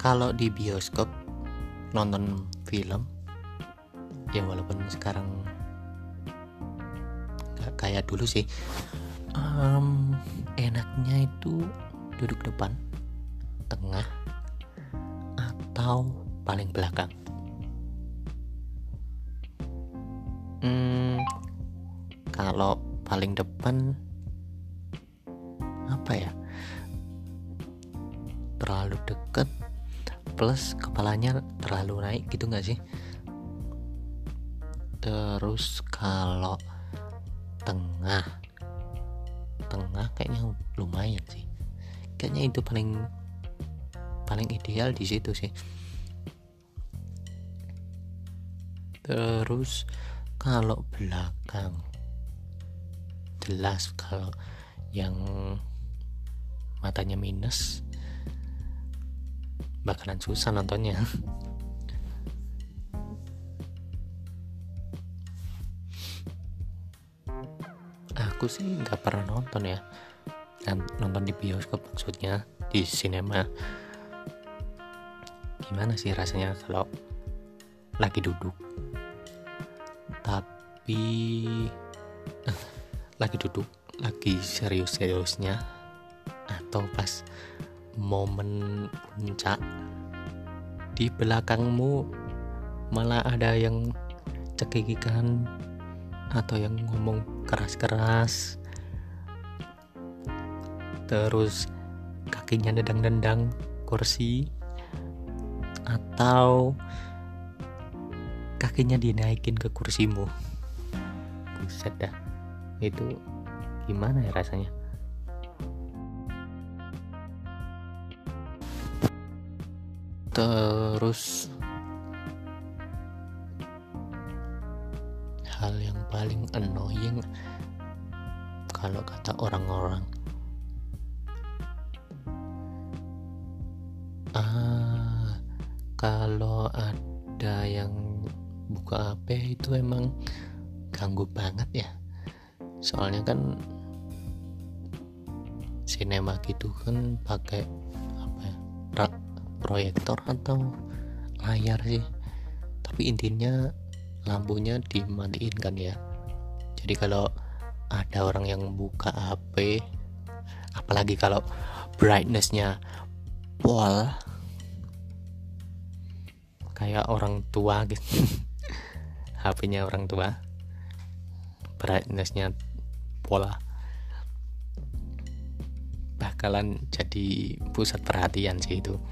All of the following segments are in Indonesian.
Kalau di bioskop nonton film, ya walaupun sekarang nggak kayak dulu sih, enaknya itu duduk depan, tengah, atau paling belakang. Kalau paling depan apa ya, terlalu deket plus kepalanya terlalu naik gitu nggak sih? Terus kalau tengah kayaknya lumayan sih, kayaknya itu paling ideal di situ sih. Terus kalau belakang jelas kalau yang matanya minus bakalan susah nontonnya. Aku sih nggak pernah nonton ya, nonton di bioskop maksudnya, di sinema. Gimana sih rasanya kalau lagi duduk, tapi lagi serius-seriusnya, atau pas momen puncak di belakangmu malah ada yang cekikikan atau yang ngomong keras-keras, terus kakinya nendang-nendang kursi, atau kakinya dinaikin ke kursimu. Buset dah, itu gimana ya rasanya? Terus hal yang paling annoying kalau kata orang-orang, kalau ada yang buka HP itu emang ganggu banget ya. Soalnya kan sinema gitu kan pakai apa ya, proyektor atau layar sih, tapi intinya lampunya dimatiin kan ya. Jadi kalau ada orang yang buka HP, apalagi kalau brightness-nya pol kayak orang tua gitu, HP-nya orang tua brightness-nya pola, bakalan jadi pusat perhatian sih itu.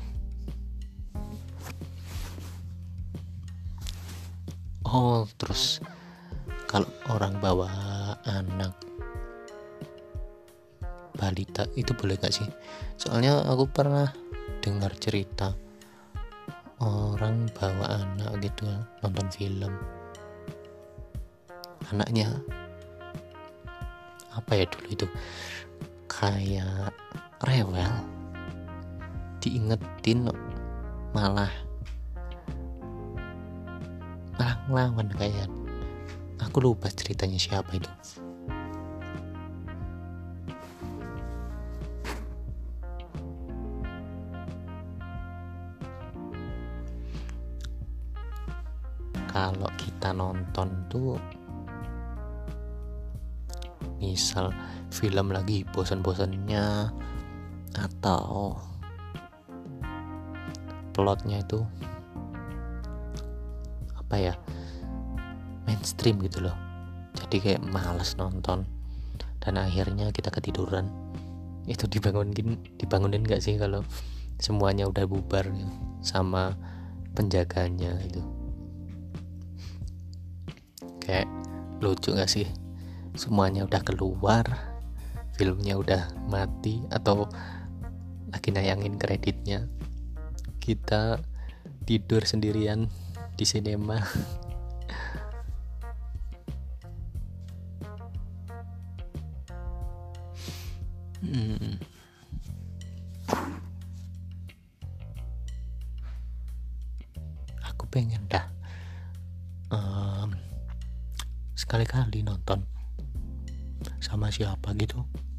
Oh, terus kalau orang bawa anak balita itu boleh gak sih? Soalnya aku pernah dengar cerita orang bawa anak gitu nonton film, anaknya apa ya dulu itu, kayak rewel, diingetin malah ngelawan. Kayak aku lupa ceritanya siapa itu. Kalau kita nonton tuh, misal film lagi bosan-bosannya atau plotnya itu apa ya, mainstream gitu loh, jadi kayak malas nonton dan akhirnya kita ketiduran. Itu dibangunin gak sih kalau semuanya udah bubar gitu, sama penjaganya itu? Kayak lucu gak sih, semuanya udah keluar, filmnya udah mati atau lagi nayangin kreditnya, kita tidur sendirian di sinema. Aku pengen dah sekali-kali nonton sama siapa gitu,